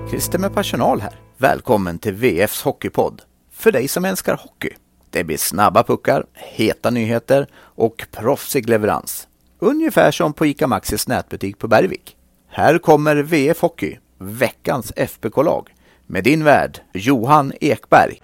Christer med personal här. Välkommen till VFs hockeypodd. För dig som älskar hockey. Det blir snabba puckar, heta nyheter och proffsig leverans. Ungefär som på ICA Maxis nätbutik på Bergvik. Här kommer VF Hockey, veckans FBK-lag. Med din värd, Johan Ekberg.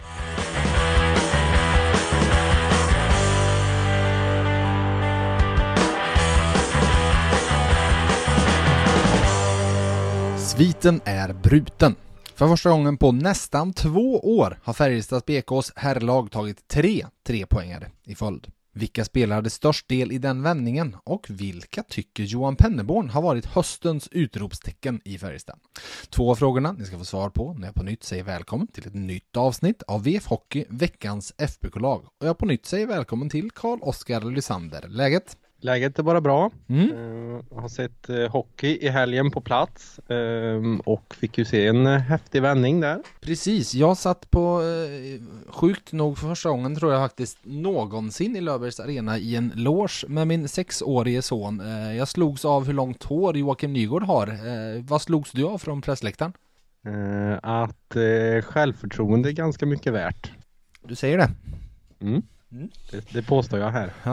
Sviten är bruten. För första gången på nästan 2 år har Färjestads BKs herrlag tagit 3 trepoängare i följd. Vilka spelare hade störst del i den vändningen och vilka tycker Johan Penneborn har varit höstens utropstecken i Färjestad? 2 av frågorna ni ska få svar på när jag på nytt säger välkommen till ett nytt avsnitt av VF Hockey, veckans FBK-lag. Och jag på nytt säger välkommen till Carl-Oskar Lysander. Läget? Läget är bara bra. Har sett hockey i helgen på plats och fick ju se en häftig vändning där. Precis, jag satt på sjukt nog för första gången tror jag faktiskt någonsin i Löfbergs Arena i en loge med min 6-årige son. Jag slogs av hur långt hår Joakim Nygård har. Vad slogs du av från pressläktaren? Att självförtroende är ganska mycket värt. Du säger det? Det påstår jag här. Ja,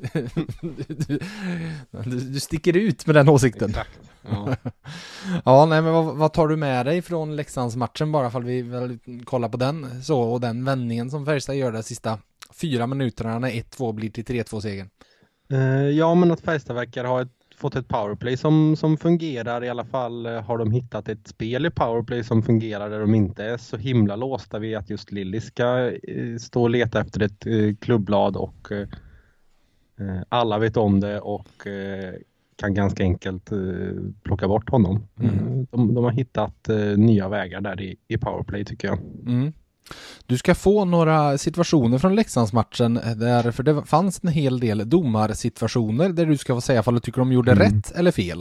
du sticker ut med den åsikten. Exakt. Ja. Ja, nej, men vad tar du med dig från Leksandsmatchen bara för att vi väl kollar på den så och den vändningen som Färjestad gör de sista 4 minuterna när 1-2 blir till 3-2-segern? Ja, men att Färjestad verkar ha fått ett powerplay som fungerar. I alla fall har de hittat ett spel i powerplay som fungerar där de inte är så himla låsta vid att just Lilly ska stå och leta efter ett klubbblad och alla vet om det och kan ganska enkelt plocka bort honom. De har hittat nya vägar där i powerplay tycker jag. Du ska få några situationer från Leksandsmatchen där, för det fanns en hel del domarsituationer där du ska få säga om du tycker de gjorde rätt eller fel.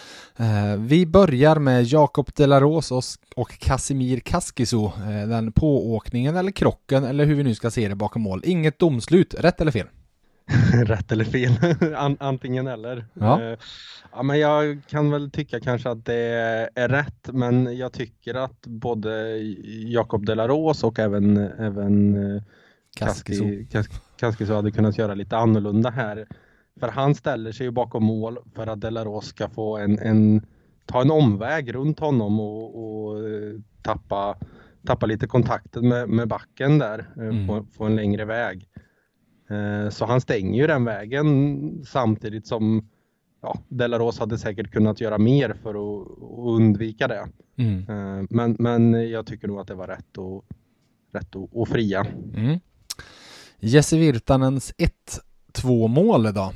Vi börjar med Jakob Delaros och Casimir Kaskiso, den pååkningen eller krocken eller hur vi nu ska se det bakom mål. Inget domslut, rätt eller fel? Rätt eller fel, antingen eller. Ja. Ja, men jag kan väl tycka kanske att det är rätt, men jag tycker att både Jakob Delaros och även Kaskiso hade kunnat göra lite annorlunda här. För han ställer sig ju bakom mål för att Delaros ska få ta en omväg runt honom och tappa lite kontakten med backen där på en längre väg. Så han stänger ju den vägen samtidigt som Delaros hade säkert kunnat göra mer för att undvika det. Men jag tycker nog att det var rätt att fria. Jesse Virtanens 1-2 mål idag.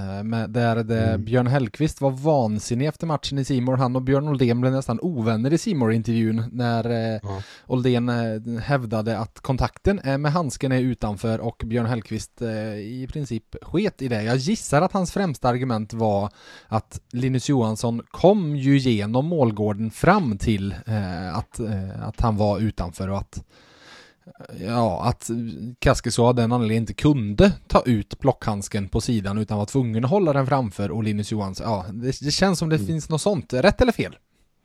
Där Björn Hellqvist var vansinnig efter matchen i C More. Han och Björn Oldén blev nästan ovänner i C More-intervjun när Oldén hävdade att kontakten med handsken är utanför och Björn Hellqvist i princip sket i det. Jag gissar att hans främsta argument var att Linus Johansson kom ju genom målgården fram till att han var utanför och att Kaskiso av den anledningen inte kunde ta ut blockhandsken på sidan utan var tvungen att hålla den framför och Linus Johansson, det känns som det finns något sånt. Rätt eller fel?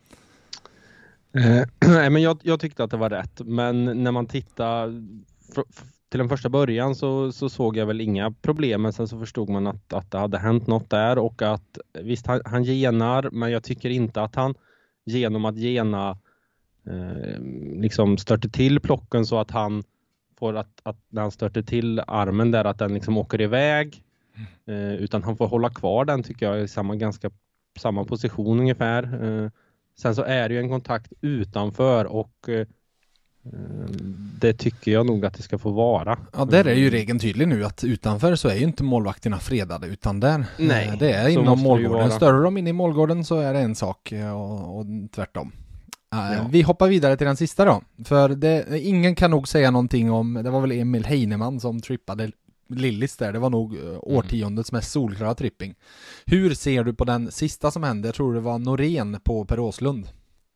Nej, men jag tyckte att det var rätt. Men när man tittar till den första början så såg jag väl inga problem. Men sen så förstod man att det hade hänt något där och att visst han genar, men jag tycker inte att han genom att gena liksom störter till plocken så att han får att när han störter till armen där att den liksom åker iväg utan han får hålla kvar den tycker jag i samma position ungefär. Sen så är det ju en kontakt utanför och det tycker jag nog att det ska få vara. Ja, där är ju regeln tydlig nu att utanför så är ju inte målvakterna fredade utan där. Nej, det är inom målgården. Större de in i målgården så är det en sak och tvärtom. Ja. Vi hoppar vidare till den sista då. För ingen kan nog säga någonting om, det var väl Emil Heinemann som trippade Lillis där. Det var nog årtiondets mest solklara tripping. Hur ser du på den sista som hände? Jag tror det var Norén på Per Åslund.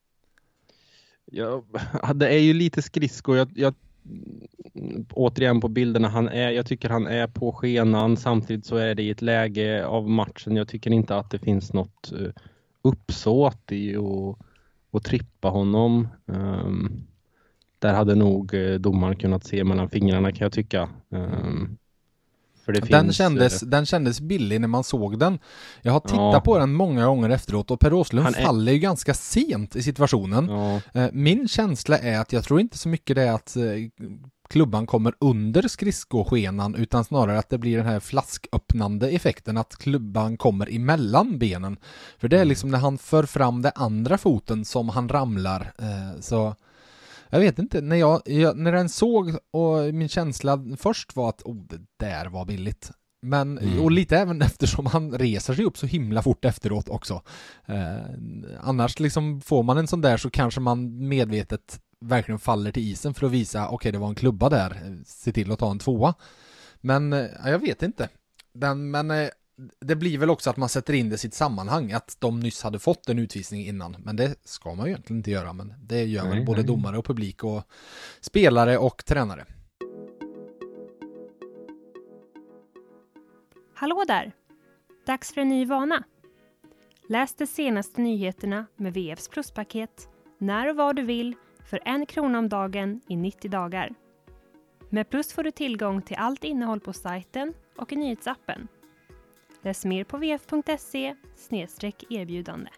Ja, det är ju lite skridsko. Jag återigen på bilderna jag tycker han är på skenan. Samtidigt så är det i ett läge av matchen. Jag tycker inte att det finns något uppsåt i och trippa honom. Där hade nog domaren kunnat se mellan fingrarna, kan jag tycka. För det den kändes billig när man såg den. Jag har tittat på den många gånger efteråt och Per Åslund faller ju ganska sent i situationen. Ja. Min känsla är att jag tror inte så mycket det är att klubban kommer under skridskoskenan, utan snarare att det blir den här flasköppnande effekten, att klubban kommer emellan benen. För det är liksom när han för fram det andra foten som han ramlar. Så jag vet inte, när den såg, och min känsla först var att det där var billigt. Men, och lite även eftersom han reser sig upp så himla fort efteråt också. Annars liksom får man en sån där så kanske man medvetet verkligen faller till isen för att visa, okej, det var en klubba där, se till att ta en 2. Men jag vet inte. Men det blir väl också att man sätter in det i sitt sammanhang, att de nyss hade fått en utvisning innan, men det ska man ju egentligen inte göra, men det gör väl både domare och publik och spelare och tränare. Hallå där! Dags för en ny vana. Läs de senaste nyheterna med VFs pluspaket när och var du vill för 1 krona om dagen i 90 dagar. Med Plus får du tillgång till allt innehåll på sajten och i nyhetsappen. Läs mer på vf.se/erbjudande.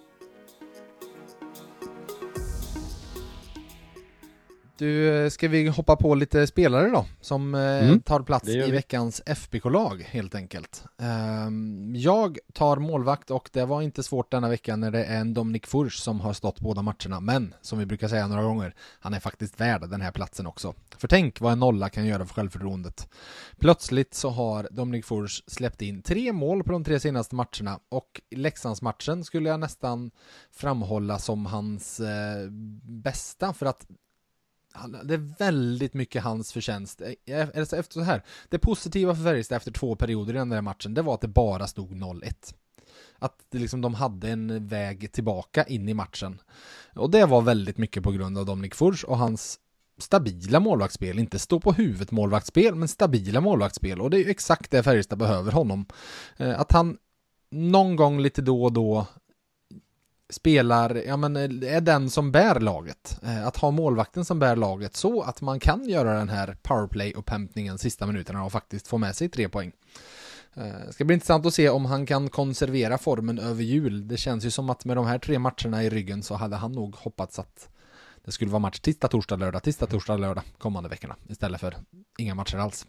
Du, ska vi hoppa på lite spelare då som tar plats i veckans FBK-lag helt enkelt. Jag tar målvakt, och det var inte svårt denna vecka när det är en Dominik Furch som har stått båda matcherna, men som vi brukar säga några gånger, han är faktiskt värd den här platsen också. För tänk vad en nolla kan göra för självförtroendet. Plötsligt så har Dominik Furch släppt in 3 mål på de 3 senaste matcherna, och Leksandsmatchen skulle jag nästan framhålla som hans bästa, för att det är väldigt mycket hans förtjänst. Efter så här, det positiva för Färjestad efter 2 perioder i den där matchen, det var att det bara stod 0-1. Att det liksom, de hade en väg tillbaka in i matchen. Och det var väldigt mycket på grund av Dominik Furch och hans stabila målvaktsspel. Inte stå på huvudet målvaktsspel, men stabila målvaktsspel. Och det är ju exakt det Färjestad behöver honom. Att han någon gång lite då och då spelar, är den som bär laget. Att ha målvakten som bär laget så att man kan göra den här powerplay-upphämtningen sista minuterna och faktiskt få med sig 3 poäng. Det ska bli intressant att se om han kan konservera formen över jul. Det känns ju som att med de här 3 matcherna i ryggen så hade han nog hoppats att det skulle vara match tisdag, torsdag, lördag kommande veckorna istället för inga matcher alls.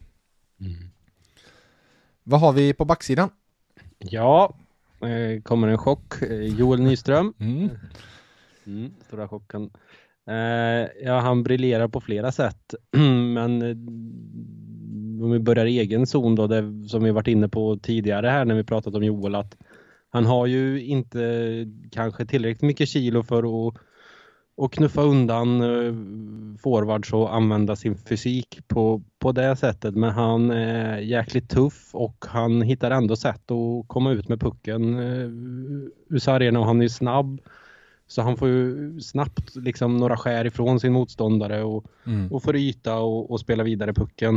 Vad har vi på backsidan? Ja, kommer en chock. Joel Nyström. Stora chocken. Han briljerar på flera sätt. Men om vi börjar i egen zon då, det som vi varit inne på tidigare här när vi pratat om Joel, att han har ju inte kanske tillräckligt mycket kilo för att knuffa undan forwards och använda sin fysik på det sättet. Men han är jäkligt tuff och han hittar ändå sätt att komma ut med pucken ur sargen, och han är snabb. Så han får ju snabbt liksom några skär ifrån sin motståndare och får yta och spela vidare pucken.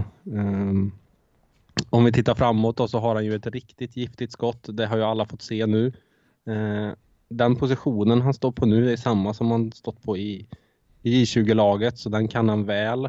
Om vi tittar framåt då, så har han ju ett riktigt giftigt skott. Det har ju alla fått se nu. Den positionen han står på nu är samma som han stått på i J20-laget, så den kan han väl.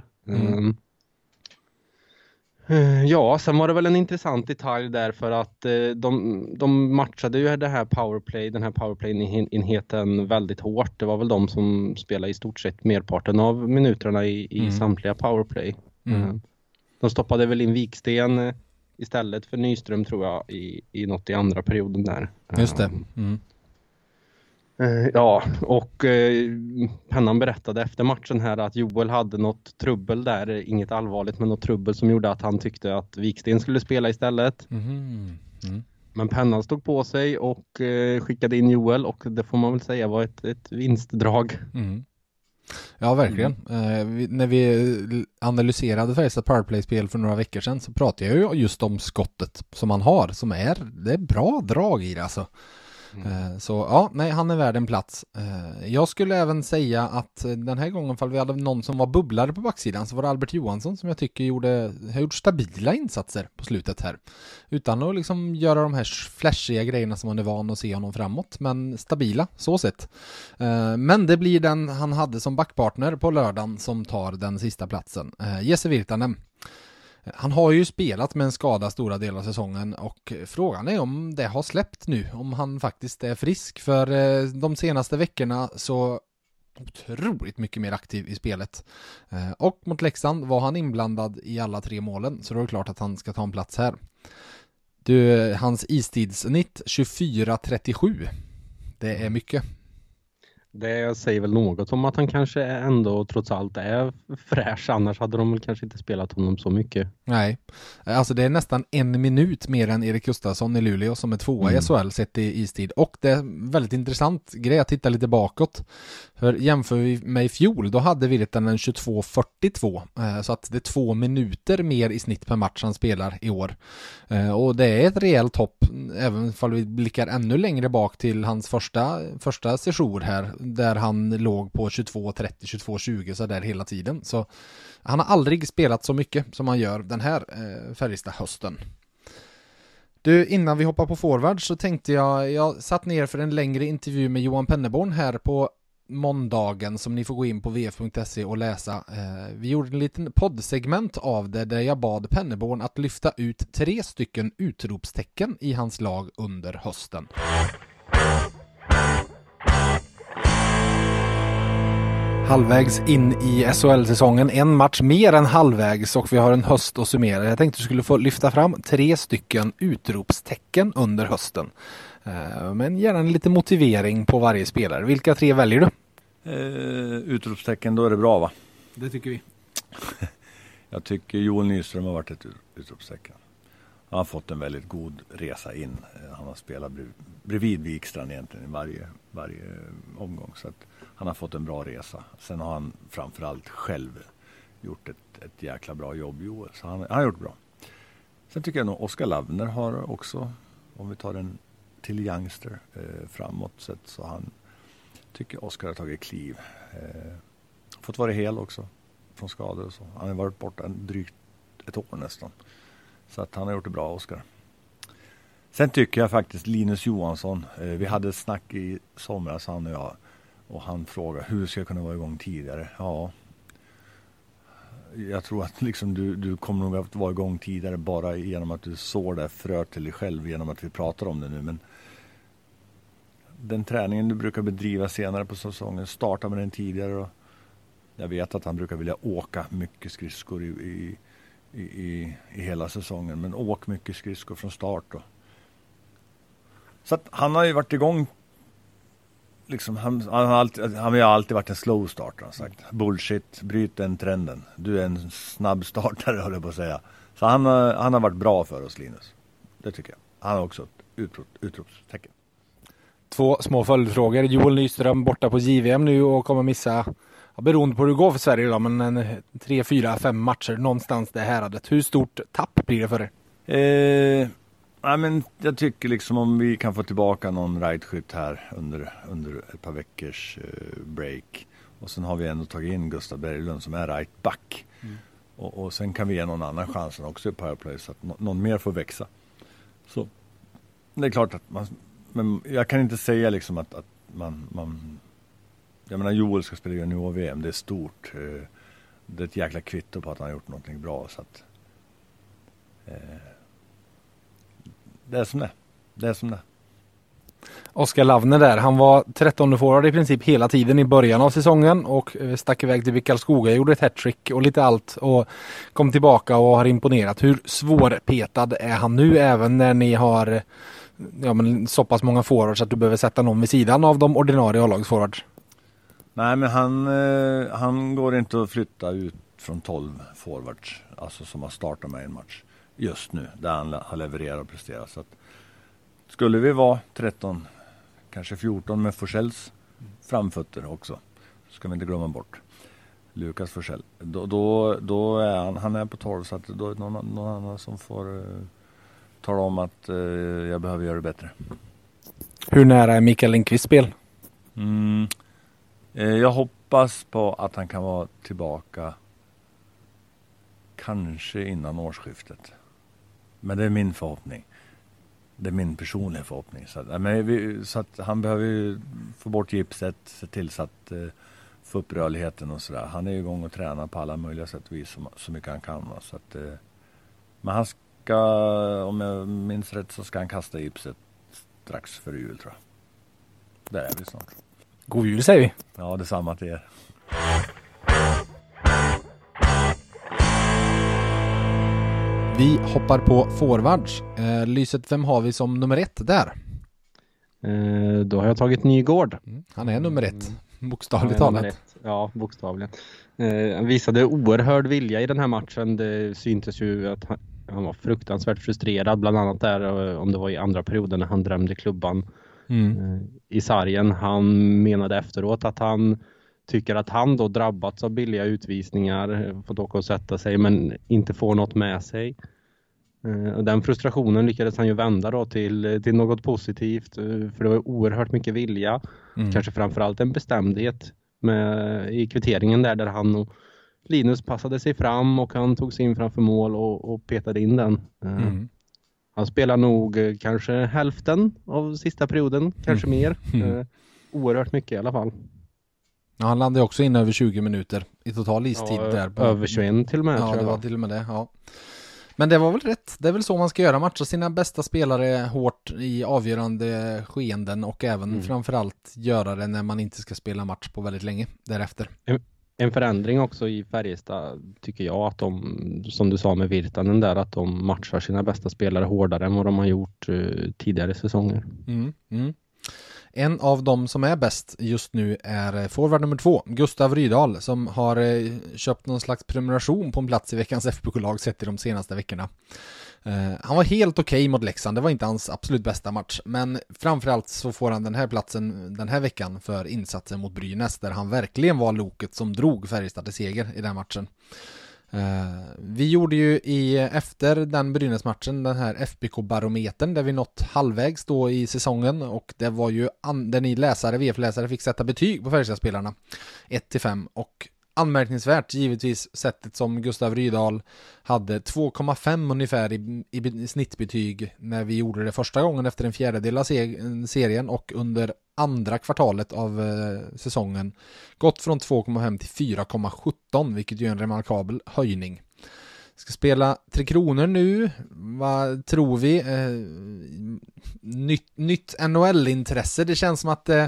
Ja, sen var det väl en intressant detalj där, för att de matchade ju den här powerplay-enheten väldigt hårt. Det var väl de som spelade i stort sett merparten av minuterna i samtliga powerplay. De stoppade väl in Viksten istället för Nyström, tror jag, i något i andra perioden där. Just det. Ja, och Pennan berättade efter matchen här att Joel hade något trubbel där, inget allvarligt, men något trubbel som gjorde att han tyckte att Viksten skulle spela istället. Men Pennan stod på sig och skickade in Joel, och det får man väl säga var ett vinstdrag. Ja, verkligen. När vi analyserade Färjestad powerplay-spel för några veckor sedan så pratade jag ju just om skottet som han har, det är bra drag i det alltså. Så ja, nej, han är värd en plats. Jag skulle även säga att den här gången, fall vi hade någon som var bubblare på backsidan, så var det Albert Johansson som jag tycker har gjort stabila insatser på slutet här. Utan att liksom göra de här flashiga grejerna som man är van att se honom framåt, men stabila, så sett. Men det blir den han hade som backpartner på lördagen som tar den sista platsen. Jesse Virtanen. Han har ju spelat med en skada stora delar av säsongen och frågan är om det har släppt nu, om han faktiskt är frisk, för de senaste veckorna så otroligt mycket mer aktiv i spelet. Och mot Leksand var han inblandad i alla 3 målen, så då är det klart att han ska ta en plats här. Hans istidssnitt 24-37. Det är mycket. Det säger väl något om att han kanske ändå trots allt är fräsch, annars hade de väl kanske inte spelat honom så mycket. Nej, alltså det är nästan 1 minut mer än Erik Gustafsson i Luleå som är 2 i SHL sett i istid. Och det är väldigt intressant grej att titta lite bakåt. För jämför vi med i fjol, då hade Virtanen 22-42. Så att det är 2 minuter mer i snitt per match han spelar i år. Och det är ett rejält hopp, även om vi blickar ännu längre bak till hans första session här, där han låg på 22-30, 22-20 så där hela tiden. Så han har aldrig spelat så mycket som han gör den här Färjestad-hösten. Du, innan vi hoppar på forward så tänkte jag satt ner för en längre intervju med Johan Penneborn här på måndagen som ni får gå in på vf.se och läsa. Vi gjorde en liten poddsegment av det där jag bad Penneborn att lyfta ut 3 stycken utropstecken i hans lag under hösten. Halvvägs in i SHL-säsongen, en match mer än halvvägs och vi har en höst att summera. Jag tänkte att du skulle få lyfta fram 3 stycken utropstecken under hösten. Men gärna en liten motivering på varje spelare. Vilka 3 väljer du? Utropstecken, då är det bra, va? Det tycker vi. Jag tycker Joel Nyström har varit ett utropstecken. Han har fått en väldigt god resa in. Han har spelat bredvid Wikstrand egentligen i varje omgång, så att han har fått en bra resa. Sen har han framförallt själv gjort ett jäkla bra jobb, Joel. Så han har gjort bra. Sen tycker jag nog Oskar Lavner har också, om vi tar en till youngster framåt sett, så han tycker Oskar har tagit kliv. Fått vara hel också från skador och så. Han har varit borta drygt 1 år nästan. Så att han har gjort det bra, Oskar. Sen tycker jag faktiskt Linus Johansson. Vi hade ett snack i somras, han och jag. Och han frågade, hur ska jag kunna vara igång tidigare? Ja, jag tror att liksom du kommer nog att vara igång tidigare bara genom att du sår det fröet till dig själv genom att vi pratar om det nu. Men den träningen du brukar bedriva senare på säsongen, starta med den tidigare. Och jag vet att han brukar vilja åka mycket skridskor i hela säsongen. Men åk mycket skridskor från start då. Så att han har ju varit igång. Liksom, han har alltid varit en slow starter, han sagt. Bullshit, bryt den trenden. Du är en snabb startare, höll jag på att säga. Så han har varit bra för oss, Linus. Det tycker jag. Han har också ett utropstecken. 2 små följdfrågor. Joel Nyström borta på JVM nu och kommer missa, beroende på hur det går för Sverige idag, men 3, 4, 5 matcher någonstans det häradet. Hur stort tapp blir det för er? Nej, men jag tycker liksom om vi kan få tillbaka någon rightskytt här under ett par veckors break. Och sen har vi ändå tagit in Gustav Berglund som är right back. Och sen kan vi ge någon annan chansen också i powerplay så att någon mer får växa. Så det är klart att men jag kan inte säga liksom att man jag menar Joel ska spela junior-VM, det är stort. Det är ett jäkla kvitto på att han har gjort någonting bra, så att det är som det. Det är som det. Oskar Lavner där, han var 13:e forward i princip hela tiden i början av säsongen och stack iväg till Karlskoga, gjorde ett hattrick och lite allt och kom tillbaka och har imponerat. Hur svårpetad är han nu, även när ni har så pass många forwards att du behöver sätta någon vid sidan av de ordinarie A-lagsforwards? Nej, men han går inte att flytta ut från 12 forwards, alltså som har startat med en match just nu, där han har levererat och presterat. Så att skulle vi vara 13, kanske 14 med Forsells framfötter också, ska vi inte glömma bort Lukas Forsell. Då är han är på 12, så att då är det någon annan som får tala om att jag behöver göra det bättre. Hur nära är Mikael Lindqvist spel? Jag hoppas på att han kan vara tillbaka kanske innan årsskiftet. Men det är min förhoppning. Det är min personliga förhoppning. Så att han behöver ju få bort gipset, se till så att få upp rörligheten och sådär. Han är ju igång och tränar på alla möjliga sätt och vis så mycket han kan. Så att, men han ska, om jag minns rätt, så ska han kasta gipset strax före jul, tror jag. Där är vi snart. God jul säger vi. Ja, detsamma till er. Vi hoppar på forwards. Lyset, vem har vi som nummer 1 där? Då har jag tagit Nygård. Han är nummer 1, bokstavligt talat. Ja, bokstavligen. Han visade oerhörd vilja i den här matchen. Det syntes ju att han var fruktansvärt frustrerad, bland annat där, om det var i andra perioden när han drämde klubban i sargen. Han menade efteråt att han tycker att han då drabbats av billiga utvisningar, fått åka och sätta sig men inte får något med sig. Och den frustrationen lyckades han ju vända då till något positivt, för det var oerhört mycket vilja. Kanske framförallt en bestämdhet i kvitteringen där han och Linus passade sig fram och han tog sig in framför mål och petade in den. Han spelar nog kanske hälften av sista perioden, kanske mer. Oerhört mycket i alla fall. Ja, han landade också in över 20 minuter i total istid där. Över 21 till och med. Ja, det var till och med det, ja. Men det var väl rätt. Det är väl så man ska göra, matcha sina bästa spelare hårt i avgörande skeenden och även framförallt göra det när man inte ska spela match på väldigt länge därefter. En förändring också i Färjestad tycker jag, att de, som du sa med Virtanen där, att de matchar sina bästa spelare hårdare än vad de har gjort tidigare säsonger. En av dem som är bäst just nu är forward nummer 2, Gustav Rydahl, som har köpt någon slags prenumeration på en plats i veckans FBK-lag sett i de senaste veckorna. Han var helt okej mot Leksand, det var inte hans absolut bästa match, men framförallt så får han den här platsen den här veckan för insatsen mot Brynäs, där han verkligen var loket som drog Färjestad till seger i den matchen. Vi gjorde ju efter den Brynäs-matchen den här FBK-barometern där vi nått halvvägs då i säsongen, och det var ju där ni läsare, VF-läsare, fick sätta betyg på Färjestad-spelarna 1-5, och anmärkningsvärt givetvis sättet som Gustav Rydahl hade 2,5 ungefär i snittbetyg när vi gjorde det första gången efter en fjärdedel av serien, och under andra kvartalet av säsongen gått från 2,5 till 4,17, vilket ju är en remarkabel höjning. Ska spela 3 Kronor nu, vad tror vi? Nytt NHL-intresse, det känns som att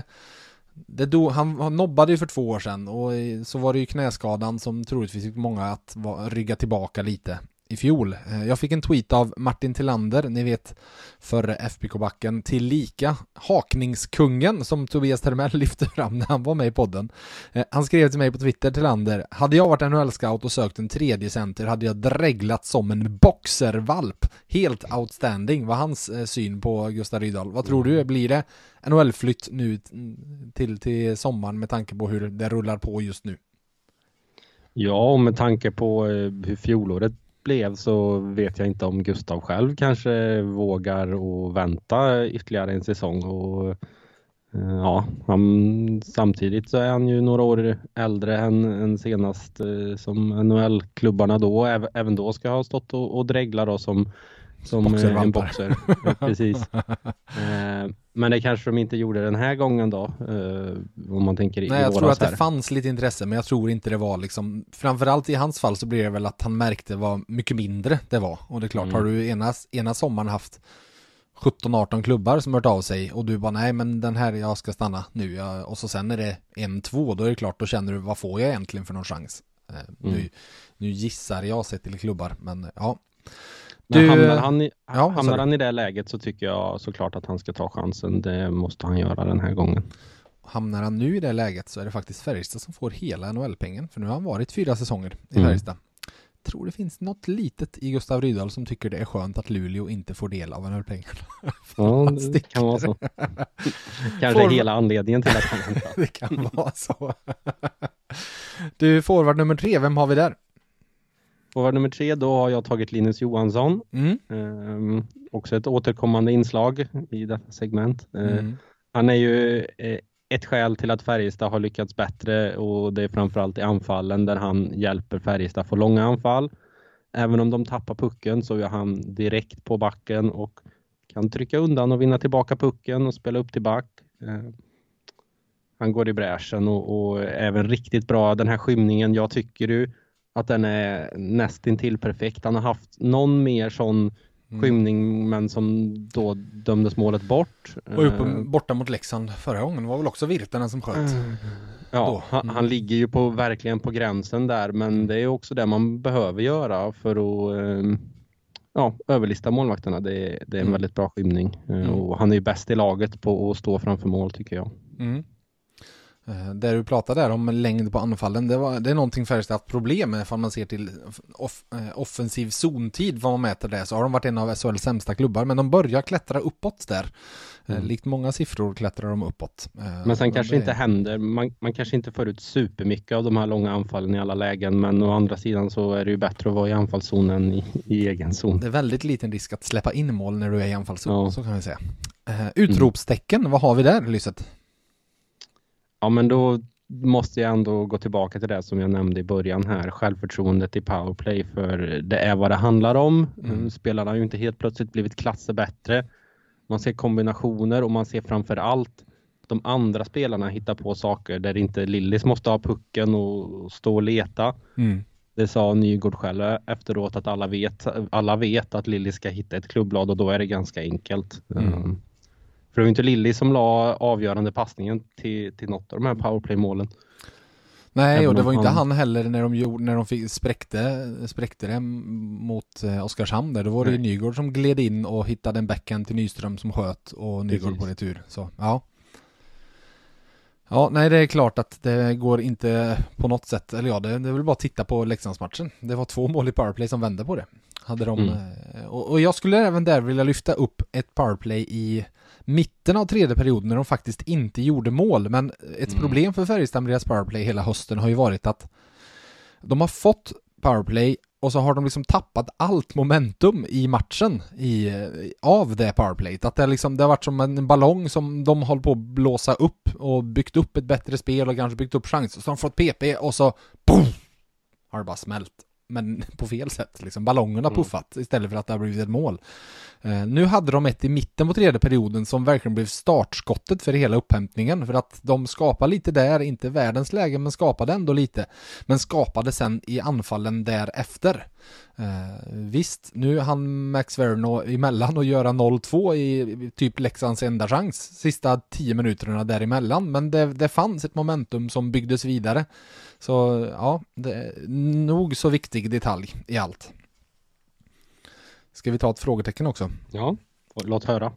han nobbade ju för 2 år sedan, och så var det ju knäskadan som troligtvis fick många att rygga tillbaka lite i fjol. Jag fick en tweet av Martin Tillander, ni vet, förre FBK-backen, tillika hakningskungen som Tobias Termell lyfte fram när han var med i podden. Han skrev till mig på Twitter, Tillander: hade jag varit NHL-scout och sökt en 3:e center hade jag dreglat som en boxervalp. Helt outstanding var hans syn på Gustav Rydahl. Vad tror du, blir det NHL-flytt nu till sommaren med tanke på hur det rullar på just nu? Ja, och med tanke på hur fjolåret blev så vet jag inte om Gustav själv kanske vågar och vänta ytterligare en säsong. Och ja, samtidigt så är han ju några år äldre än senast som NHL-klubbarna då även då ska ha stått och dregla då som en boxer. Ja, precis. Men det kanske de inte gjorde den här gången då, om man tänker i. Nej, jag tror att det fanns lite intresse, men jag tror inte det var liksom, framförallt i hans fall så blir det väl att han märkte vad mycket mindre det var. Och det är klart, har du ena sommaren haft 17-18 klubbar som hört av sig och du bara, nej men den här, jag ska stanna nu, och så sen är det 1-2, då är det klart, då känner du, vad får jag egentligen för någon chans? Nu gissar jag sett till klubbar, men ja. Men hamnar han i det läget så tycker jag såklart att han ska ta chansen. Det måste han göra den här gången. Hamnar han nu i det läget så är det faktiskt Färjestad som får hela NHL-pengen. För nu har han varit 4 säsonger i Färjestad. Jag tror det finns något litet i Gustav Rydahl som tycker det är skönt att Luleå inte får del av NHL-pengarna. Ja, det kan vara så. Kanske hela anledningen till att han inte. Det kan vara så. Du, forward nummer 3, vem har vi där? Forward nummer 3, då har jag tagit Linus Johansson. Också ett återkommande inslag i detta segment. Han är ju ett skäl till att Färjestad har lyckats bättre, och det är framförallt i anfallen där han hjälper Färjestad få långa anfall. Även om de tappar pucken så är han direkt på backen och kan trycka undan och vinna tillbaka pucken och spela upp till back. Han går i bräschen och även riktigt bra. Den här skymningen, jag tycker ju att den är nästintill perfekt. Han har haft någon mer sån skymning, men som då dömdes målet bort. Och borta mot Leksand förra gången var väl också Virtanen som sköt. Ja, han ligger ju verkligen på gränsen där, men det är också det man behöver göra för att överlista målvakterna. Det är en väldigt bra skymning. Och han är ju bäst i laget på att stå framför mål, tycker jag. Där du pratade där om längd på anfallen, det är någonting Färjestad haft problem med. Om man ser till offensiv zontid, vad man mäter det, så har de varit en av SHLs sämsta klubbar, men de börjar klättra uppåt där. Likt många siffror klättrar de uppåt. Men sen kanske inte händer, man kanske inte får ut supermycket av de här långa anfallen i alla lägen, men å andra sidan så är det ju bättre att vara i anfallszonen i egen zon. Det är väldigt liten risk att släppa in mål när du är i anfallszon, så kan vi säga. Utropstecken, vad har vi där, Lyset? Ja, men då måste jag ändå gå tillbaka till det som jag nämnde i början här. Självförtroendet i powerplay, för det är vad det handlar om. Spelarna har ju inte helt plötsligt blivit klasser bättre. Man ser kombinationer och man ser framför allt de andra spelarna hitta på saker där inte Lillis måste ha pucken och stå och leta. Det sa Nygård själv efteråt, att alla vet att Lillis ska hitta ett klubbblad, och då är det ganska enkelt. För det var inte Lilly som la avgörande passningen till något av de här powerplay-målen. Nej, och det var inte han heller när de spräckte det mot Oskarshamn där. Då var det ju Nygård som gled in och hittade en backhand till Nyström som sköt, och Nygård på retur. Så, ja. Ja, nej, det är klart att det går inte på något sätt, eller ja, det är väl bara att titta på Leksandsmatchen. Det var 2 mål i powerplay som vände på det. Hade de, och jag skulle även där vilja lyfta upp ett powerplay i mitten av tredje perioden när de faktiskt inte gjorde mål. Men ett problem för Färjestad med deras powerplay hela hösten har ju varit att de har fått powerplay och så har de liksom tappat allt momentum i matchen av det powerplayet. Att det har varit som en ballong som de håller på att blåsa upp och byggt upp ett bättre spel och kanske byggt upp chanser. Så de har fått PP och så boom, har det bara smält. Men på fel sätt, liksom. Ballongen har puffat istället för att det har blivit ett mål. Nu hade de ett i mitten på tredje perioden som verkligen blev startskottet för hela upphämtningen, för att de skapade lite där, inte världens läge, men skapade ändå lite, men skapade sen i anfallen därefter. Visst, nu hann Max Verno emellan och göra 0-2 i typ Leksands enda chans sista 10 minuterna däremellan, men det fanns ett momentum som byggdes vidare. Så ja, det är nog så viktig detalj i allt. Ska vi ta ett frågetecken också? Ja, låt höra.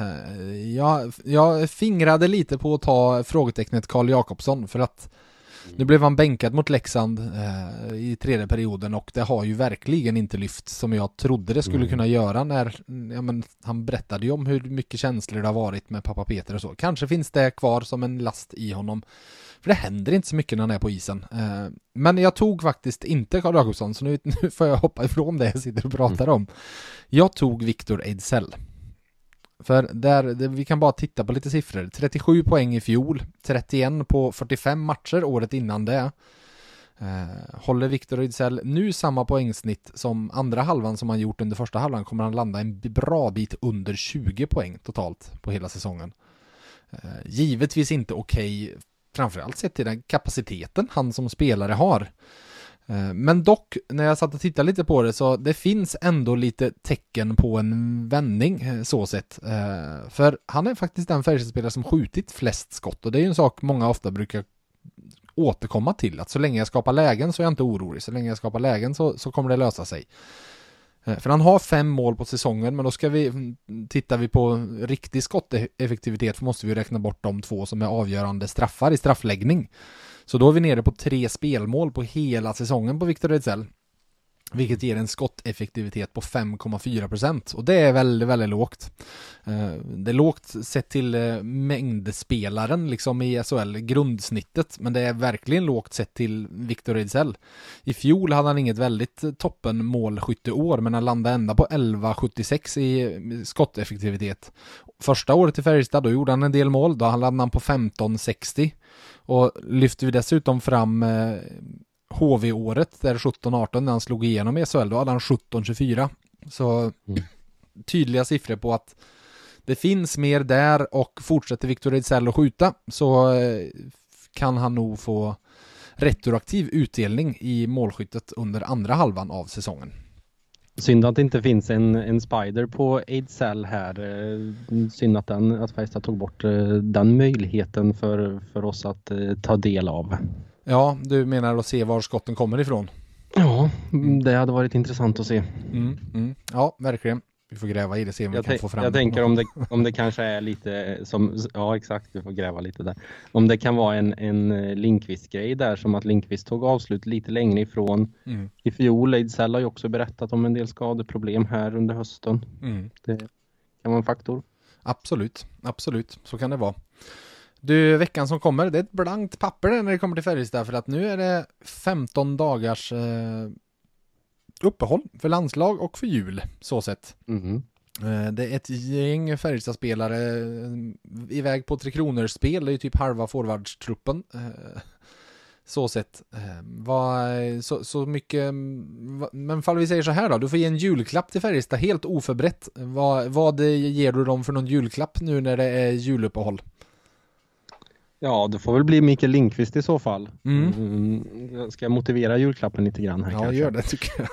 Jag fingrade lite på att ta frågetecknet Carl Jakobsson, för att nu blev han bänkad mot Leksand i tredje perioden, och det har ju verkligen inte lyft som jag trodde det skulle kunna göra när han berättade ju om hur mycket känslor det har varit med pappa Peter och så. Kanske finns det kvar som en last i honom, för det händer inte så mycket när han är på isen. Men jag tog faktiskt inte Carl Jakobsson, så nu får jag hoppa ifrån det jag sitter och pratar om. Jag tog Victor Ejdsell. För vi kan bara titta på lite siffror. 37 poäng i fjol, 31 på 45 matcher året innan det. Håller Victor Ejdsell nu samma poängsnitt som andra halvan som han gjort under första halvan, kommer han landa en bra bit under 20 poäng totalt på hela säsongen. Givetvis inte okej, framförallt sett till den kapaciteten han som spelare har. Men dock, när jag satt och tittade lite på det, så det finns ändå lite tecken på en vändning så sett. För han är faktiskt den Färjestadspelare som skjutit flest skott, och det är ju en sak många ofta brukar återkomma till, att så länge jag skapar lägen så är jag inte orolig, så länge jag skapar lägen så kommer det lösa sig. För han har 5 mål på säsongen, men då tittar vi på riktig skotteffektivitet, för måste vi räkna bort de 2 som är avgörande straffar i straffläggning. Så då är vi nere på 3 spelmål på hela säsongen på Victor Ejdsell, vilket ger en skotteffektivitet på 5,4%, och det är väldigt, väldigt lågt. Det är lågt sett till mängdspelaren liksom i SHL, grundsnittet, men det är verkligen lågt sett till Victor Ejdsell. I fjol hade han inget väldigt toppen målskytteår, men han landade ända på 11,76 i skotteffektivitet. Första året i Färjestad, då gjorde han en del mål. Då landade han på 15,60. Och lyfter vi dessutom fram HV-året där 17-18 när han slog igenom i SHL, då hade han 17,24. Så tydliga siffror på att det finns mer där, och fortsätter Victor Ejdsell att skjuta så kan han nog få retroaktiv utdelning i målskyttet under andra halvan av säsongen. Synd att det inte finns en spider på Ejdsell här. Synd att Färjestad tog bort den möjligheten för oss att ta del av. Ja, du menar att se var skotten kommer ifrån? Ja, det hade varit intressant att se. Ja, verkligen. Vi får gräva i det, se om vi kan få fram. Jag tänker om det kanske är lite som, ja exakt, vi får gräva lite där. Om det kan vara en Lindqvist-grej där, som att Lindqvist tog avslut lite längre ifrån i fjol. Ejdsell har ju också berättat om en del skadeproblem här under hösten. Det kan vara en faktor. Absolut, så kan det vara. Du, veckan som kommer, det är ett blankt papper när det kommer till Färjestad, för att nu är det 15 dagars uppehåll för landslag och för jul, så sett. Det är ett gäng Färjestad-spelare iväg på 3 kronor spel, det är ju typ halva forwardstruppen. Så sett. Så mycket, men fall vi säger så här då, du får ge en julklapp till Färjestad helt oförberett. Vad ger du dem för någon julklapp nu när det är juluppehåll? Ja, det får väl bli Mikael Lindqvist i så fall. Ska jag motivera julklappen lite grann här? Ja, kanske? Gör det tycker jag.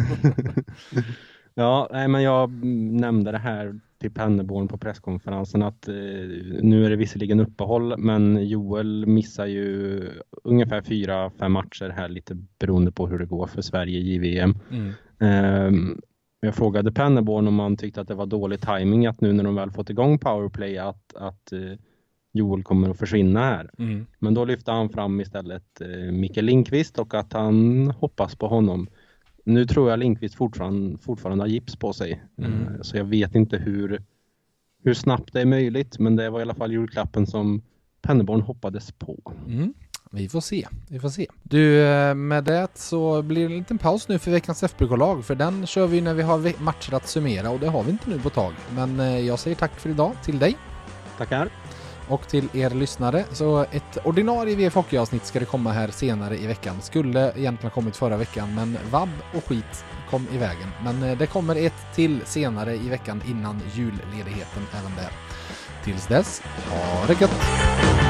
Ja, nej, men jag nämnde det här till Penneborn på presskonferensen att nu är det visserligen uppehåll, men Joel missar ju ungefär 4-5 matcher här, lite beroende på hur det går för Sverige i JVM. Jag frågade Penneborn om man tyckte att det var dålig timing att nu när de väl fått igång powerplay att Joel kommer att försvinna här. Men då lyfte han fram istället Mikael Lindqvist och att han hoppas på honom. Nu tror jag Lindqvist fortfarande har gips på sig. Så jag vet inte hur snabbt det är möjligt, men det var i alla fall julklappen som Penneborn hoppades på. Vi får se. Du, med det så blir det en liten paus nu för veckans FBK-lag, för den kör vi när vi har matcher att summera, och det har vi inte nu på tag. Men jag säger tack för idag till dig. Tackar. Och till er lyssnare, så ett ordinarie VF Hockey-avsnitt ska det komma här senare i veckan. Skulle egentligen ha kommit förra veckan, men vabb och skit kom i vägen. Men det kommer ett till senare i veckan innan julledigheten även där. Tills dess, ha det gött!